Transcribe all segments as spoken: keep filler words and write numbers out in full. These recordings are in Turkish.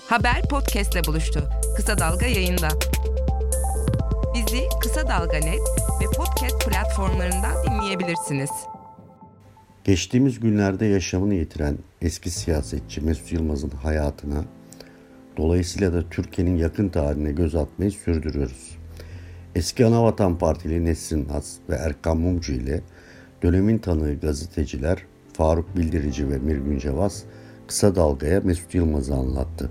Haber podcast'le buluştu. Kısa Dalga yayında. Bizi Kısa Dalga Net ve podcast platformlarından dinleyebilirsiniz. Geçtiğimiz günlerde yaşamını yitiren eski siyasetçi Mesut Yılmaz'ın hayatına, dolayısıyla da Türkiye'nin yakın tarihine göz atmayı sürdürüyoruz. Eski Anavatan Partili Nesrin Has ve Erkan Mumcu ile dönemin tanığı gazeteciler Faruk Bildirici ve Mirgün Cevaz Kısa Dalga'ya Mesut Yılmaz'ı anlattı.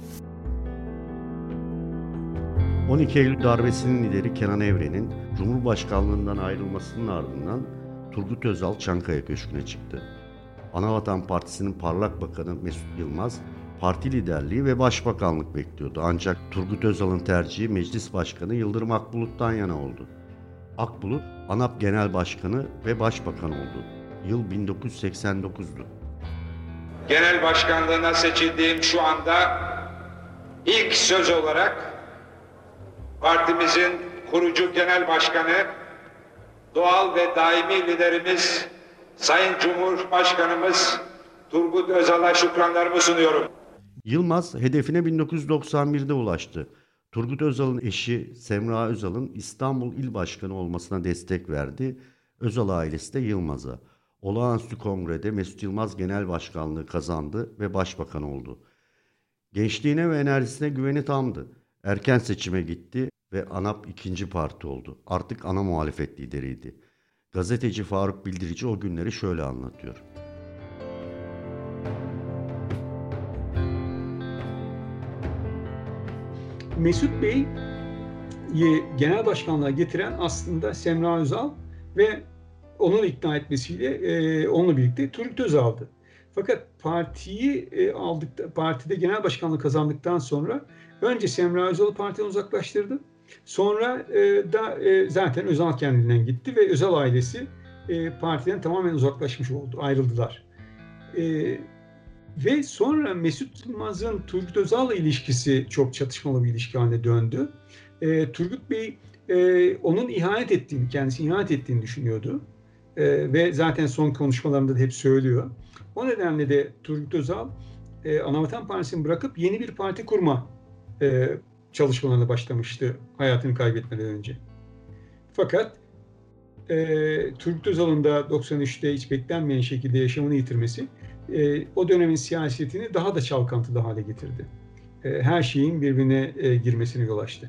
on iki Eylül darbesinin lideri Kenan Evren'in Cumhurbaşkanlığından ayrılmasının ardından Turgut Özal Çankaya Köşkü'ne çıktı. Anavatan Partisi'nin parlak bakanı Mesut Yılmaz, parti liderliği ve başbakanlık bekliyordu. Ancak Turgut Özal'ın tercihi Meclis Başkanı Yıldırım Akbulut'tan yana oldu. Akbulut, ANAP Genel Başkanı ve Başbakan oldu. Yıl bin dokuz yüz seksen dokuzdu. Genel başkanlığına seçildiğim şu anda ilk söz olarak partimizin kurucu genel başkanı, doğal ve daimi liderimiz Sayın Cumhurbaşkanımız Turgut Özal'a şükranlarımı sunuyorum. Yılmaz hedefine bin dokuz yüz doksan birde ulaştı. Turgut Özal'ın eşi Semra Özal'ın İstanbul İl Başkanı olmasına destek verdi. Özal ailesi de Yılmaz'a. Olağanüstü kongrede Mesut Yılmaz genel başkanlığı kazandı ve başbakan oldu. Gençliğine ve enerjisine güveni tamdı. Erken seçime gitti ve ANAP ikinci parti oldu. Artık ana muhalefet lideriydi. Gazeteci Faruk Bildirici o günleri şöyle anlatıyor. Mesut Bey'i genel başkanlığa getiren aslında Semra Özal ve onun ikna etmesiyle e, onunla birlikte Turgut Özal'dı. Fakat partiyi e, aldık, partide genel başkanlığı kazandıktan sonra önce Semra Özal'ı partiden uzaklaştırdı. Sonra e, da e, zaten Özal kendinden gitti ve Özal ailesi e, partiden tamamen uzaklaşmış oldu, ayrıldılar. E, ve sonra Mesut Yılmaz'ın Turgut Özal'la ilişkisi çok çatışmalı bir ilişki haline döndü. E, Turgut Bey e, onun ihanet ettiğini, kendisi ihanet ettiğini düşünüyordu. E, ve zaten son konuşmalarında da hep söylüyor. O nedenle de Turgut Özal e, Anavatan Partisi'ni bırakıp yeni bir parti kurma e, çalışmalarına başlamıştı hayatını kaybetmeden önce. Fakat e, Turgut Özal'ın da doksan üçte hiç beklenmeyen şekilde yaşamını yitirmesi e, o dönemin siyasetini daha da çalkantılı hale getirdi. E, her şeyin birbirine e, girmesine yol açtı.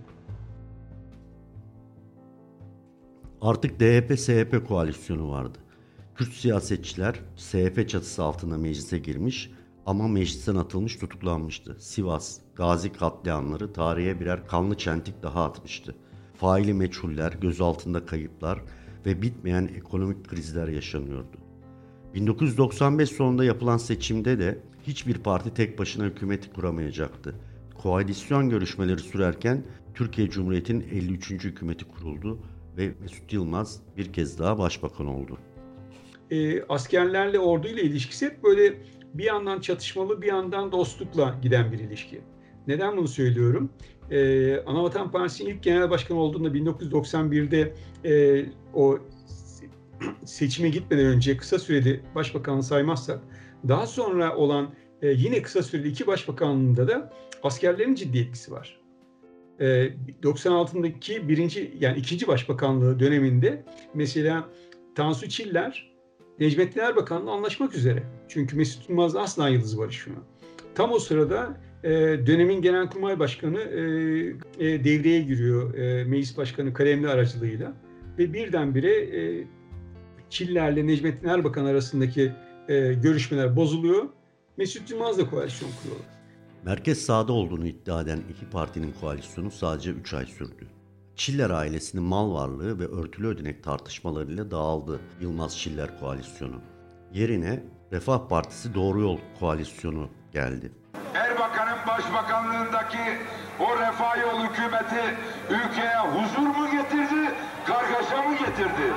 Artık D H P S H P koalisyonu vardı. Kürt siyasetçiler S H P çatısı altında meclise girmiş ama meclisten atılmış, tutuklanmıştı. Sivas, Gazi katliamları tarihe birer kanlı çentik daha atmıştı. Faili meçhuller, gözaltında kayıplar ve bitmeyen ekonomik krizler yaşanıyordu. bin dokuz yüz doksan beş sonunda yapılan seçimde de hiçbir parti tek başına hükümeti kuramayacaktı. Koalisyon görüşmeleri sürerken Türkiye Cumhuriyeti'nin elli üçüncü hükümeti kuruldu ve Mesut Yılmaz bir kez daha başbakan oldu. E, askerlerle orduyla ilişkisi hep böyle bir yandan çatışmalı, bir yandan dostlukla giden bir ilişki. Neden bunu söylüyorum? E, Anavatan Partisi'nin ilk genel başkanı olduğunda bin dokuz yüz doksan birde e, o seçime gitmeden önce kısa süreli başbakanlığı saymazsak, daha sonra olan e, yine kısa süreli iki başbakanlığında da askerlerin ciddi etkisi var. E, doksan altıdaki birinci yani ikinci başbakanlığı döneminde mesela Tansu Çiller Necmettin Erbakan'la anlaşmak üzere. Çünkü Mesut Yılmaz'la asla yıldız barışmıyor. Tam o sırada e, dönemin Genelkurmay Başkanı e, e, devreye giriyor. E, Meclis Başkanı Kalemli aracılığıyla. Ve birdenbire e, Çiller'le Necmettin Erbakan arasındaki e, görüşmeler bozuluyor. Mesut Yılmaz'la koalisyon kuruyorlar. Merkez sağda olduğunu iddia eden iki partinin koalisyonu sadece üç ay sürdü. Çiller ailesinin mal varlığı ve örtülü ödenek tartışmalarıyla dağıldı Yılmaz-Çiller koalisyonu. Yerine Refah Partisi Doğru Yol koalisyonu geldi. Erbakan'ın başbakanlığındaki o Refah Yol hükümeti ülkeye huzur mu getirdi, kargaşa mı getirdi?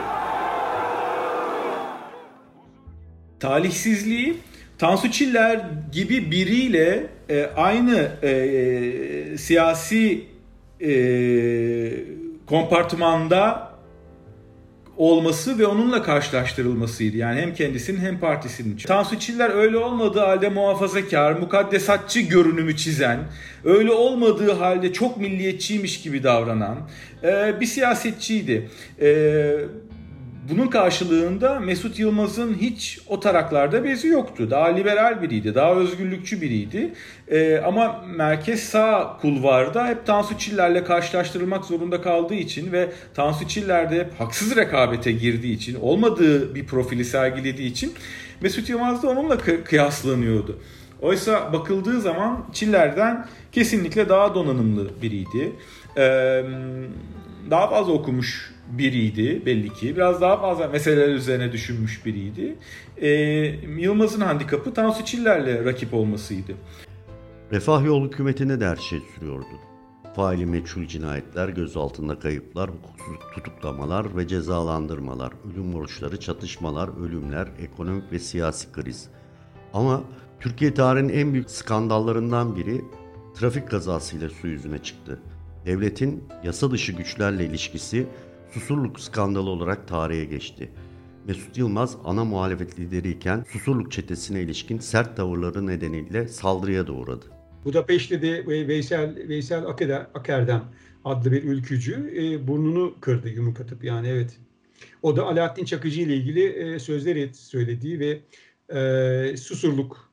Talihsizliği Tansu Çiller gibi biriyle e, aynı e, siyasi e, kompartımanda olması ve onunla karşılaştırılmasıydı. Yani hem kendisinin hem partisinin. Tansu Çiller öyle olmadığı halde muhafazakar, mukaddesatçı görünümü çizen, öyle olmadığı halde çok milliyetçiymiş gibi davranan bir siyasetçiydi. Bunun karşılığında Mesut Yılmaz'ın hiç o taraklarda bezi yoktu. Daha liberal biriydi, daha özgürlükçü biriydi. Ee, ama merkez sağ kulvarda hep Tansu Çiller'le karşılaştırılmak zorunda kaldığı için ve Tansu Çiller de hep haksız rekabete girdiği için, olmadığı bir profili sergilediği için Mesut Yılmaz da onunla kıyaslanıyordu. Oysa bakıldığı zaman Çiller'den kesinlikle daha donanımlı biriydi. Ee, daha fazla okumuş biriydi belli ki. Biraz daha fazla meseleler üzerine düşünmüş biriydi. Ee, Yılmaz'ın handikapı Tansu Çiller'le rakip olmasıydı. Refah Yol hükümetine de her şey sürüyordu. Faili meçhul cinayetler, gözaltında kayıplar, hukuksuz tutuklamalar ve cezalandırmalar, ölüm oruçları, çatışmalar, ölümler, ekonomik ve siyasi kriz. Ama Türkiye tarihinin en büyük skandallarından biri trafik kazasıyla su yüzüne çıktı. Devletin yasa dışı güçlerle ilişkisi Susurluk skandalı olarak tarihe geçti. Mesut Yılmaz ana muhalefet lideriyken Susurluk çetesine ilişkin sert tavırları nedeniyle saldırıya da uğradı. Budapeşte Veysel Veysel Aker, Akerdem adlı bir ülkücü e, burnunu kırdı yumruk atıp, yani evet. O da Alaaddin Çakıcı ile ilgili e, sözler söylediği ve e, Susurluk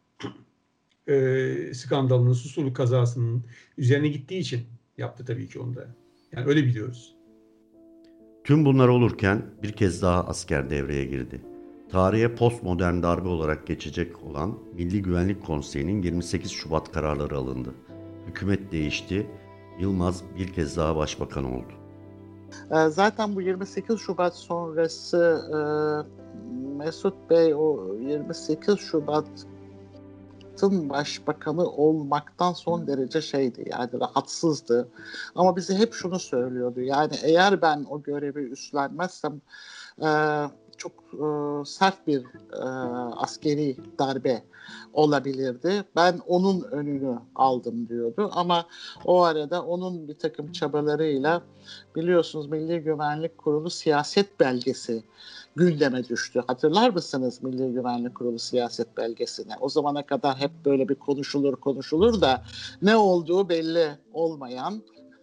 e, skandalının, Susurluk kazasının üzerine gittiği için yaptı tabii ki onu da. Yani öyle biliyoruz. Tüm bunlar olurken bir kez daha asker devreye girdi. Tarihe postmodern darbe olarak geçecek olan Milli Güvenlik Konseyi'nin yirmi sekiz Şubat kararları alındı. Hükümet değişti, Yılmaz bir kez daha başbakan oldu. Zaten bu yirmi sekiz Şubat sonrası Mesut Bey o yirmi sekiz Şubat'ın başbakanı olmaktan son derece şeydi, yani rahatsızdı. Ama bize hep şunu söylüyordu, yani eğer ben o görevi üstlenmezsem e, çok e, sert bir e, askeri darbe olabilirdi. Ben onun önünü aldım diyordu. Ama o arada onun bir takım çabalarıyla biliyorsunuz Milli Güvenlik Kurulu siyaset belgesi gündeme düştü. Hatırlar mısınız Milli Güvenlik Kurulu siyaset belgesine? O zamana kadar hep böyle bir konuşulur konuşulur da ne olduğu belli olmayan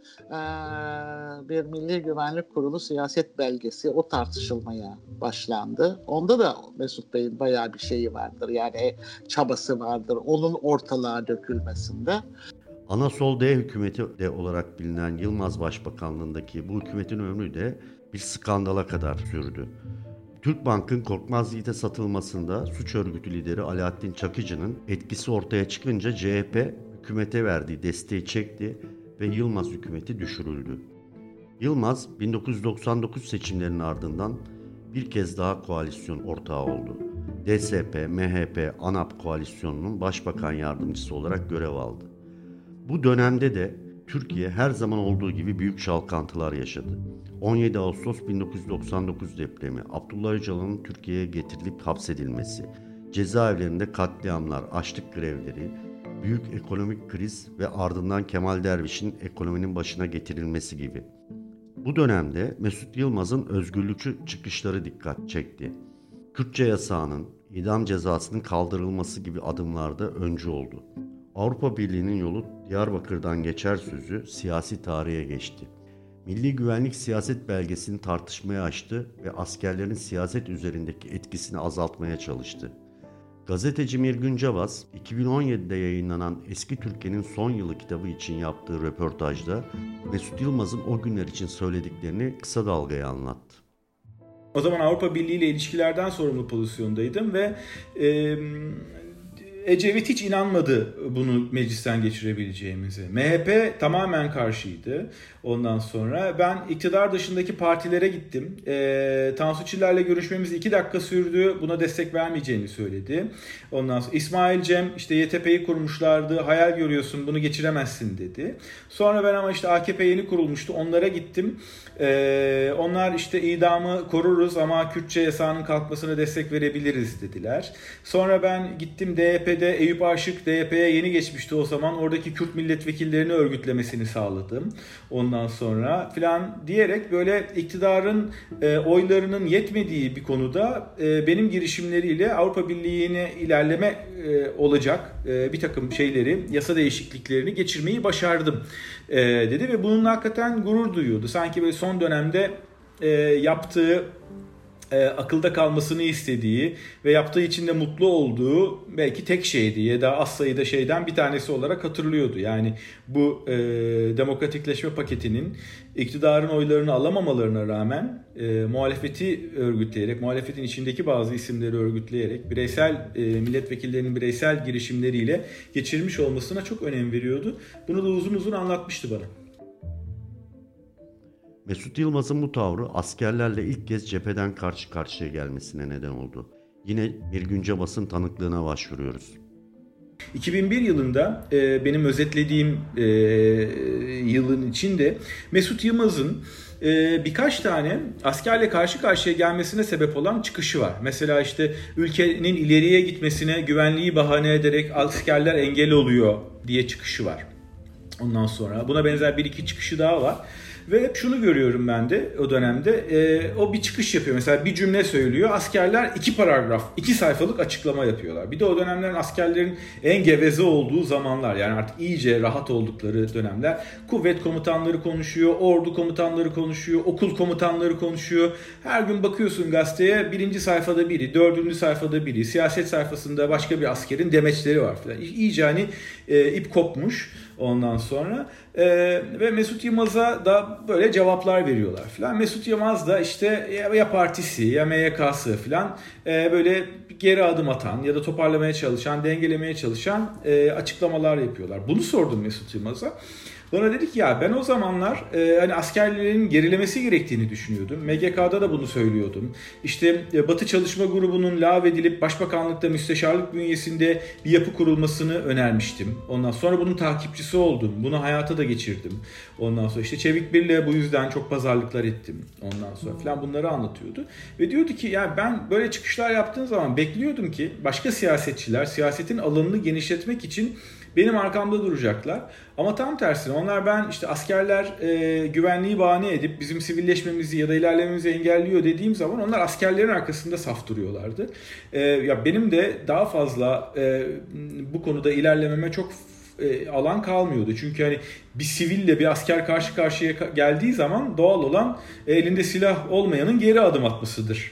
bir Milli Güvenlik Kurulu siyaset belgesi, o tartışılmaya başlandı. Onda da Mesut Bey'in bayağı bir şeyi vardır. Yani çabası vardır onun ortalığa dökülmesinde. Ana Sol D hükümeti de olarak bilinen Yılmaz Başbakanlığındaki bu hükümetin ömrü de bir skandala kadar sürdü. Türkbank'ın Korkmaz Yiğit'e satılmasında suç örgütü lideri Alaaddin Çakıcı'nın etkisi ortaya çıkınca C H P hükümete verdiği desteği çekti ve Yılmaz hükümeti düşürüldü. Yılmaz bin dokuz yüz doksan dokuz seçimlerinin ardından bir kez daha koalisyon ortağı oldu. D S P, M H P, ANAP koalisyonunun başbakan yardımcısı olarak görev aldı. Bu dönemde de Türkiye her zaman olduğu gibi büyük çalkantılar yaşadı. on yedi Ağustos bin dokuz yüz doksan dokuz depremi, Abdullah Öcalan'ın Türkiye'ye getirilip hapsedilmesi, cezaevlerinde katliamlar, açlık grevleri, büyük ekonomik kriz ve ardından Kemal Derviş'in ekonominin başına getirilmesi gibi. Bu dönemde Mesut Yılmaz'ın özgürlükçü çıkışları dikkat çekti. Kürtçe yasağının, idam cezasının kaldırılması gibi adımlarda öncü oldu. Avrupa Birliği'nin yolu Diyarbakır'dan geçer sözü siyasi tarihe geçti. Milli Güvenlik Siyaset Belgesi'ni tartışmaya açtı ve askerlerin siyaset üzerindeki etkisini azaltmaya çalıştı. Gazeteci Mirgün Cavaz, iki bin on yedide yayınlanan Eski Türkiye'nin Son Yılı kitabı için yaptığı röportajda Mesut Yılmaz'ın o günler için söylediklerini Kısa Dalga'ya anlattı. O zaman Avrupa Birliği ile ilişkilerden sorumlu pozisyondaydım ve e, Ecevit hiç inanmadı bunu meclisten geçirebileceğimize. M H P tamamen karşıydı. Ondan sonra ben iktidar dışındaki partilere gittim. E, Tansu Çiller'le görüşmemiz iki dakika sürdü. Buna destek vermeyeceğini söyledi. Ondan sonra İsmail Cem işte Y T P'yi kurmuşlardı. Hayal görüyorsun, bunu geçiremezsin dedi. Sonra ben ama işte A K P yeni kurulmuştu. Onlara gittim. E, onlar işte idamı koruruz ama Kürtçe yasağının kalkmasına destek verebiliriz dediler. Sonra ben gittim D Y P H'de Eyüp Aşık D Y P'ye yeni geçmişti o zaman. Oradaki Kürt milletvekillerini örgütlemesini sağladım. Ondan sonra filan diyerek böyle iktidarın e, oylarının yetmediği bir konuda e, benim girişimleriyle Avrupa Birliği'ne ilerleme e, olacak e, bir takım şeyleri, yasa değişikliklerini geçirmeyi başardım e, dedi ve bununla hakikaten gurur duyuyordu. Sanki böyle son dönemde e, yaptığı E, akılda kalmasını istediği ve yaptığı için de mutlu olduğu belki tek şeydi ya da az sayıda şeyden bir tanesi olarak hatırlıyordu. Yani bu e, demokratikleşme paketinin iktidarın oylarını alamamalarına rağmen e, muhalefeti örgütleyerek, muhalefetin içindeki bazı isimleri örgütleyerek bireysel e, milletvekillerinin bireysel girişimleriyle geçirmiş olmasına çok önem veriyordu. Bunu da uzun uzun anlatmıştı bana. Mesut Yılmaz'ın bu tavrı askerlerle ilk kez cepheden karşı karşıya gelmesine neden oldu. Yine bir günce basın tanıklığına başvuruyoruz. iki bin bir yılında e, benim özetlediğim e, yılın içinde Mesut Yılmaz'ın e, birkaç tane askerle karşı karşıya gelmesine sebep olan çıkışı var. Mesela işte ülkenin ileriye gitmesine güvenliği bahane ederek askerler engel oluyor diye çıkışı var. Ondan sonra buna benzer bir iki çıkışı daha var. Ve hep şunu görüyorum ben de o dönemde. E, o bir çıkış yapıyor. Mesela bir cümle söylüyor. Askerler iki paragraf, iki sayfalık açıklama yapıyorlar. Bir de o dönemlerin askerlerin en geveze olduğu zamanlar. Yani artık iyice rahat oldukları dönemler. Kuvvet komutanları konuşuyor, ordu komutanları konuşuyor, okul komutanları konuşuyor. Her gün bakıyorsun gazeteye birinci sayfada biri, dördüncü sayfada biri, siyaset sayfasında başka bir askerin demeçleri var falan. İyice hani e, ip kopmuş. Ondan sonra e, ve Mesut Yılmaz'a da böyle cevaplar veriyorlar falan. Mesut Yılmaz da işte ya, ya partisi ya M Y K'sı falan e, böyle geri adım atan ya da toparlamaya çalışan, dengelemeye çalışan e, açıklamalar yapıyorlar. Bunu sordum Mesut Yılmaz'a. Bana dedi ki ya ben o zamanlar e, hani askerlerin gerilemesi gerektiğini düşünüyordum. M G K'da da bunu söylüyordum. İşte e, Batı Çalışma Grubu'nun lağvedilip Başbakanlıkta müsteşarlık bünyesinde bir yapı kurulmasını önermiştim. Ondan sonra bunun takipçisi oldum. Bunu hayata da geçirdim. Ondan sonra işte Çevik Bir'le bu yüzden çok pazarlıklar ettim. Ondan sonra falan bunları anlatıyordu. Ve diyordu ki ya ben böyle çıkışlar yaptığım zaman bekliyordum ki başka siyasetçiler siyasetin alanını genişletmek için benim arkamda duracaklar. Ama tam tersine onlar ben işte askerler e, güvenliği bahane edip bizim sivilleşmemizi ya da ilerlememizi engelliyor dediğim zaman onlar askerlerin arkasında saf duruyorlardı. E, ya benim de daha fazla e, bu konuda ilerlememe çok e, alan kalmıyordu. Çünkü hani bir siville bir asker karşı karşıya geldiği zaman doğal olan elinde silah olmayanın geri adım atmasıdır.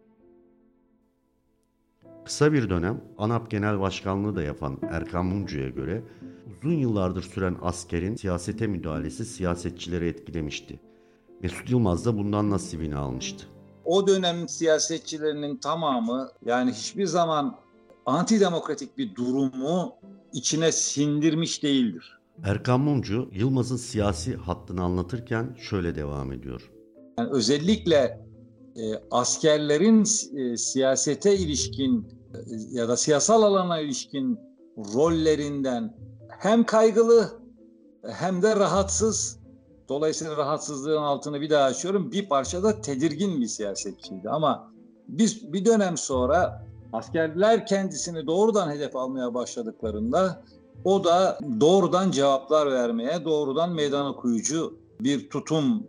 Kısa bir dönem ANAP Genel Başkanlığı da yapan Erkan Mumcu'ya göre uzun yıllardır süren askerin siyasete müdahalesi siyasetçileri etkilemişti. Mesut Yılmaz da bundan nasibini almıştı. O dönem siyasetçilerinin tamamı yani hiçbir zaman antidemokratik bir durumu içine sindirmiş değildir. Erkan Mumcu Yılmaz'ın siyasi hattını anlatırken şöyle devam ediyor. Yani özellikle E, askerlerin e, siyasete ilişkin e, ya da siyasal alana ilişkin rollerinden hem kaygılı hem de rahatsız. Dolayısıyla rahatsızlığın altını bir daha açıyorum. Bir parça da tedirgin bir siyasetçiydi. Ama biz bir dönem sonra askerler kendisini doğrudan hedef almaya başladıklarında o da doğrudan cevaplar vermeye, doğrudan meydan okuyucu bir tutum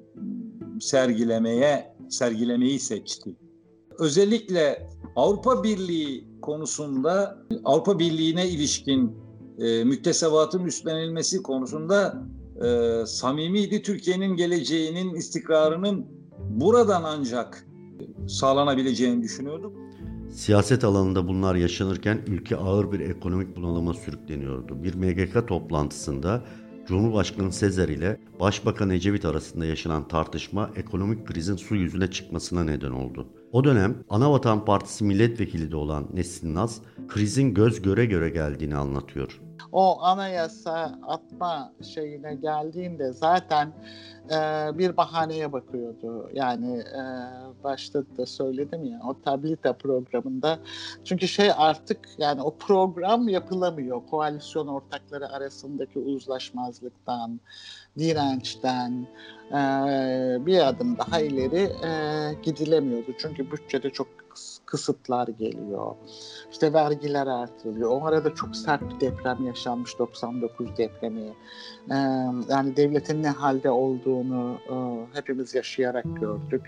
sergilemeye sergilemeyi seçti. Özellikle Avrupa Birliği konusunda, Avrupa Birliği'ne ilişkin e, müktesebatın üstlenilmesi konusunda e, samimiydi. Türkiye'nin geleceğinin, istikrarının buradan ancak sağlanabileceğini düşünüyordum. Siyaset alanında bunlar yaşanırken ülke ağır bir ekonomik bunalıma sürükleniyordu. Bir M G K toplantısında Cumhurbaşkanı Sezer ile Başbakan Ecevit arasında yaşanan tartışma ekonomik krizin su yüzüne çıkmasına neden oldu. O dönem Anavatan Partisi milletvekili de olan Nesin Naz, krizin göz göre göre geldiğini anlatıyor. O anayasa atma şeyine geldiğinde zaten e, bir bahaneye bakıyordu. Yani e, başta da söyledim ya, o Tablita programında. Çünkü şey artık yani o program yapılamıyor. Koalisyon ortakları arasındaki uzlaşmazlıktan, dirençten e, bir adım daha ileri e, gidilemiyordu. Çünkü bütçede çok kısıtlar geliyor. İşte vergiler artırılıyor. O arada çok sert bir deprem yaşanmış, doksan dokuz depremi. Ee, yani devletin ne halde olduğunu e, hepimiz yaşayarak gördük.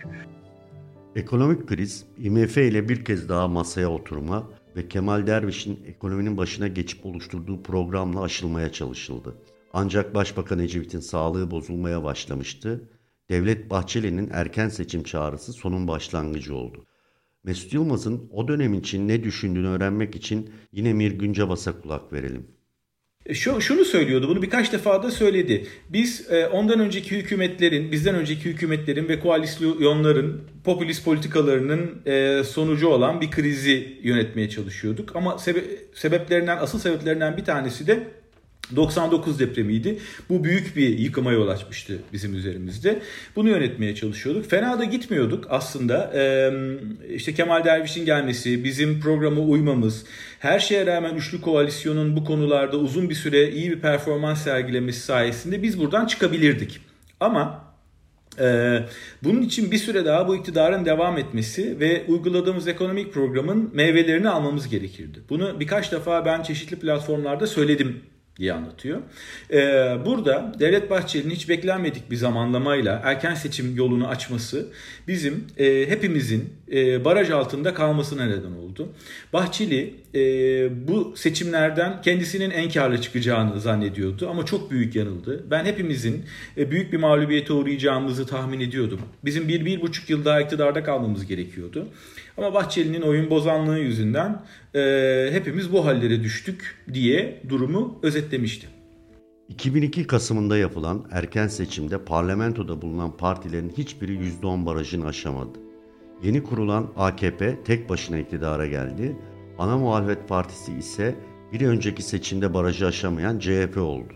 Ekonomik kriz, I M F ile bir kez daha masaya oturma ve Kemal Derviş'in ekonominin başına geçip oluşturduğu programla aşılmaya çalışıldı. Ancak Başbakan Ecevit'in sağlığı bozulmaya başlamıştı. Devlet Bahçeli'nin erken seçim çağrısı sonun başlangıcı oldu. Mesut Yılmaz'ın o dönem için ne düşündüğünü öğrenmek için yine Mirgün Cavas'a kulak verelim. Şu, şunu söylüyordu, bunu birkaç defa da söyledi. Biz e, ondan önceki hükümetlerin, bizden önceki hükümetlerin ve koalisyonların popülist politikalarının e, sonucu olan bir krizi yönetmeye çalışıyorduk. Ama sebe- sebeplerinden, asıl sebeplerinden bir tanesi de doksan dokuz depremiydi. Bu büyük bir yıkıma yol açmıştı bizim üzerimizde. Bunu yönetmeye çalışıyorduk. Fena da gitmiyorduk aslında. Ee, işte Kemal Derviş'in gelmesi, bizim programa uymamız, her şeye rağmen Üçlü Koalisyon'un bu konularda uzun bir süre iyi bir performans sergilemesi sayesinde biz buradan çıkabilirdik. Ama Ee, bunun için bir süre daha bu iktidarın devam etmesi ve uyguladığımız ekonomik programın meyvelerini almamız gerekirdi. Bunu birkaç defa ben çeşitli platformlarda söyledim diye anlatıyor. Ee, burada Devlet Bahçeli'nin hiç beklenmedik bir zamanlamayla erken seçim yolunu açması bizim e, hepimizin e, baraj altında kalmasına neden oldu. Bahçeli e, bu seçimlerden kendisinin en karlı çıkacağını zannediyordu ama çok büyük yanıldı. Ben hepimizin e, büyük bir mağlubiyete uğrayacağımızı tahmin ediyordum. Bizim bir, bir buçuk yıl daha iktidarda kalmamız gerekiyordu. Ama Bahçeli'nin oyun bozanlığı yüzünden e, hepimiz bu hallere düştük diye durumu özetlemişti. iki bin iki Kasım'ında yapılan erken seçimde parlamentoda bulunan partilerin hiçbiri yüzde on barajını aşamadı. Yeni kurulan A K P tek başına iktidara geldi. Ana muhalefet partisi ise bir önceki seçimde barajı aşamayan C H P oldu.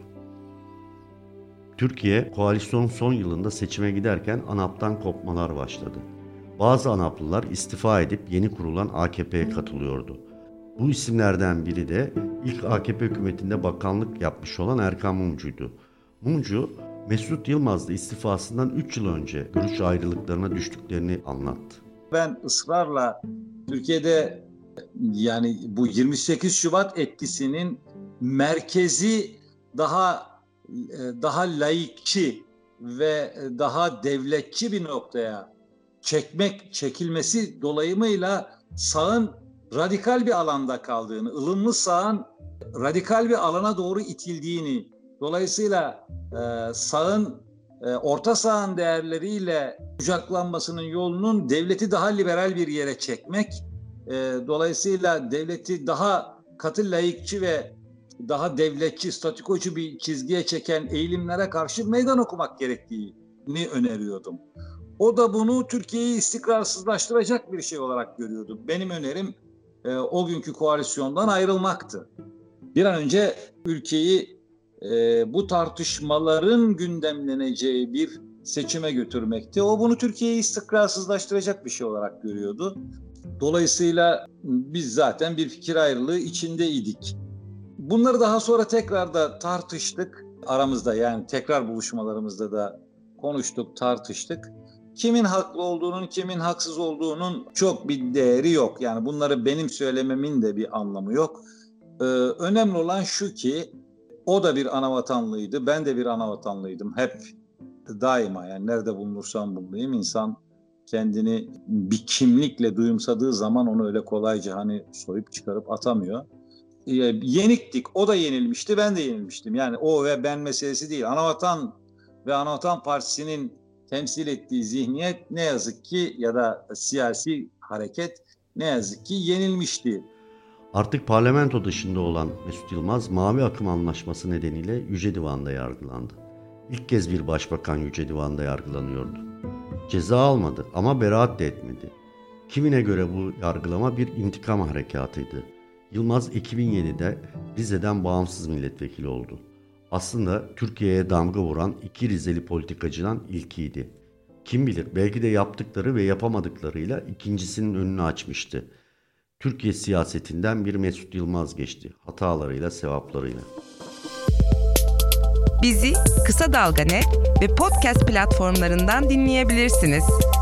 Türkiye, koalisyon son yılında seçime giderken ANAP'tan kopmalar başladı. Bazı ANAP'lılar istifa edip yeni kurulan A K P'ye katılıyordu. Bu isimlerden biri de ilk A K P hükümetinde bakanlık yapmış olan Erkan Mumcu'ydu. Mumcu, Mesut Yılmaz'la istifasından üç yıl önce görüş ayrılıklarına düştüklerini anlattı. Ben ısrarla Türkiye'de yani bu yirmi sekiz Şubat etkisinin merkezi daha daha laikçi ve daha devletçi bir noktaya çekmek, çekilmesi dolayımıyla sağın radikal bir alanda kaldığını, ılımlı sağın radikal bir alana doğru itildiğini, dolayısıyla e, sağın, e, orta sağın değerleriyle kucaklanmasının yolunun devleti daha liberal bir yere çekmek, e, dolayısıyla devleti daha katı laikçi ve daha devletçi, statikocu bir çizgiye çeken eğilimlere karşı meydan okumak gerektiğini öneriyordum. O da bunu Türkiye'yi istikrarsızlaştıracak bir şey olarak görüyordu. Benim önerim e, o günkü koalisyondan ayrılmaktı. Bir an önce ülkeyi e, bu tartışmaların gündemleneceği bir seçime götürmekti. O bunu Türkiye'yi istikrarsızlaştıracak bir şey olarak görüyordu. Dolayısıyla biz zaten bir fikir ayrılığı içindeydik. Bunları daha sonra tekrar da tartıştık aramızda, yani tekrar buluşmalarımızda da konuştuk, tartıştık. Kimin haklı olduğunun, kimin haksız olduğunun çok bir değeri yok. Yani bunları benim söylememin de bir anlamı yok. Ee, önemli olan şu ki o da bir anavatanlıydı, ben de bir anavatanlıydım. Hep daima, yani nerede bulunursam bulunayım, insan kendini bir kimlikle duyumsadığı zaman onu öyle kolayca hani soyup çıkarıp atamıyor. Ee, yeniktik, o da yenilmişti, ben de yenilmiştim. Yani o ve ben meselesi değil. Anavatan ve Anavatan Partisi'nin temsil ettiği zihniyet ne yazık ki, ya da siyasi hareket ne yazık ki yenilmişti. Artık parlamento dışında olan Mesut Yılmaz, Mavi Akım Anlaşması nedeniyle Yüce Divan'da yargılandı. İlk kez bir başbakan Yüce Divan'da yargılanıyordu. Ceza almadı ama beraat de etmedi. Kimine göre bu yargılama bir intikam harekatıydı. Yılmaz iki bin yedide Rize'den bağımsız milletvekili oldu. Aslında Türkiye'ye damga vuran iki Rizeli politikacıdan ilkiydi. Kim bilir, belki de yaptıkları ve yapamadıklarıyla ikincisinin önünü açmıştı. Türkiye siyasetinden bir Mesut Yılmaz geçti, hatalarıyla, sevaplarıyla. Bizi Kısa Dalga Net ve podcast platformlarından dinleyebilirsiniz.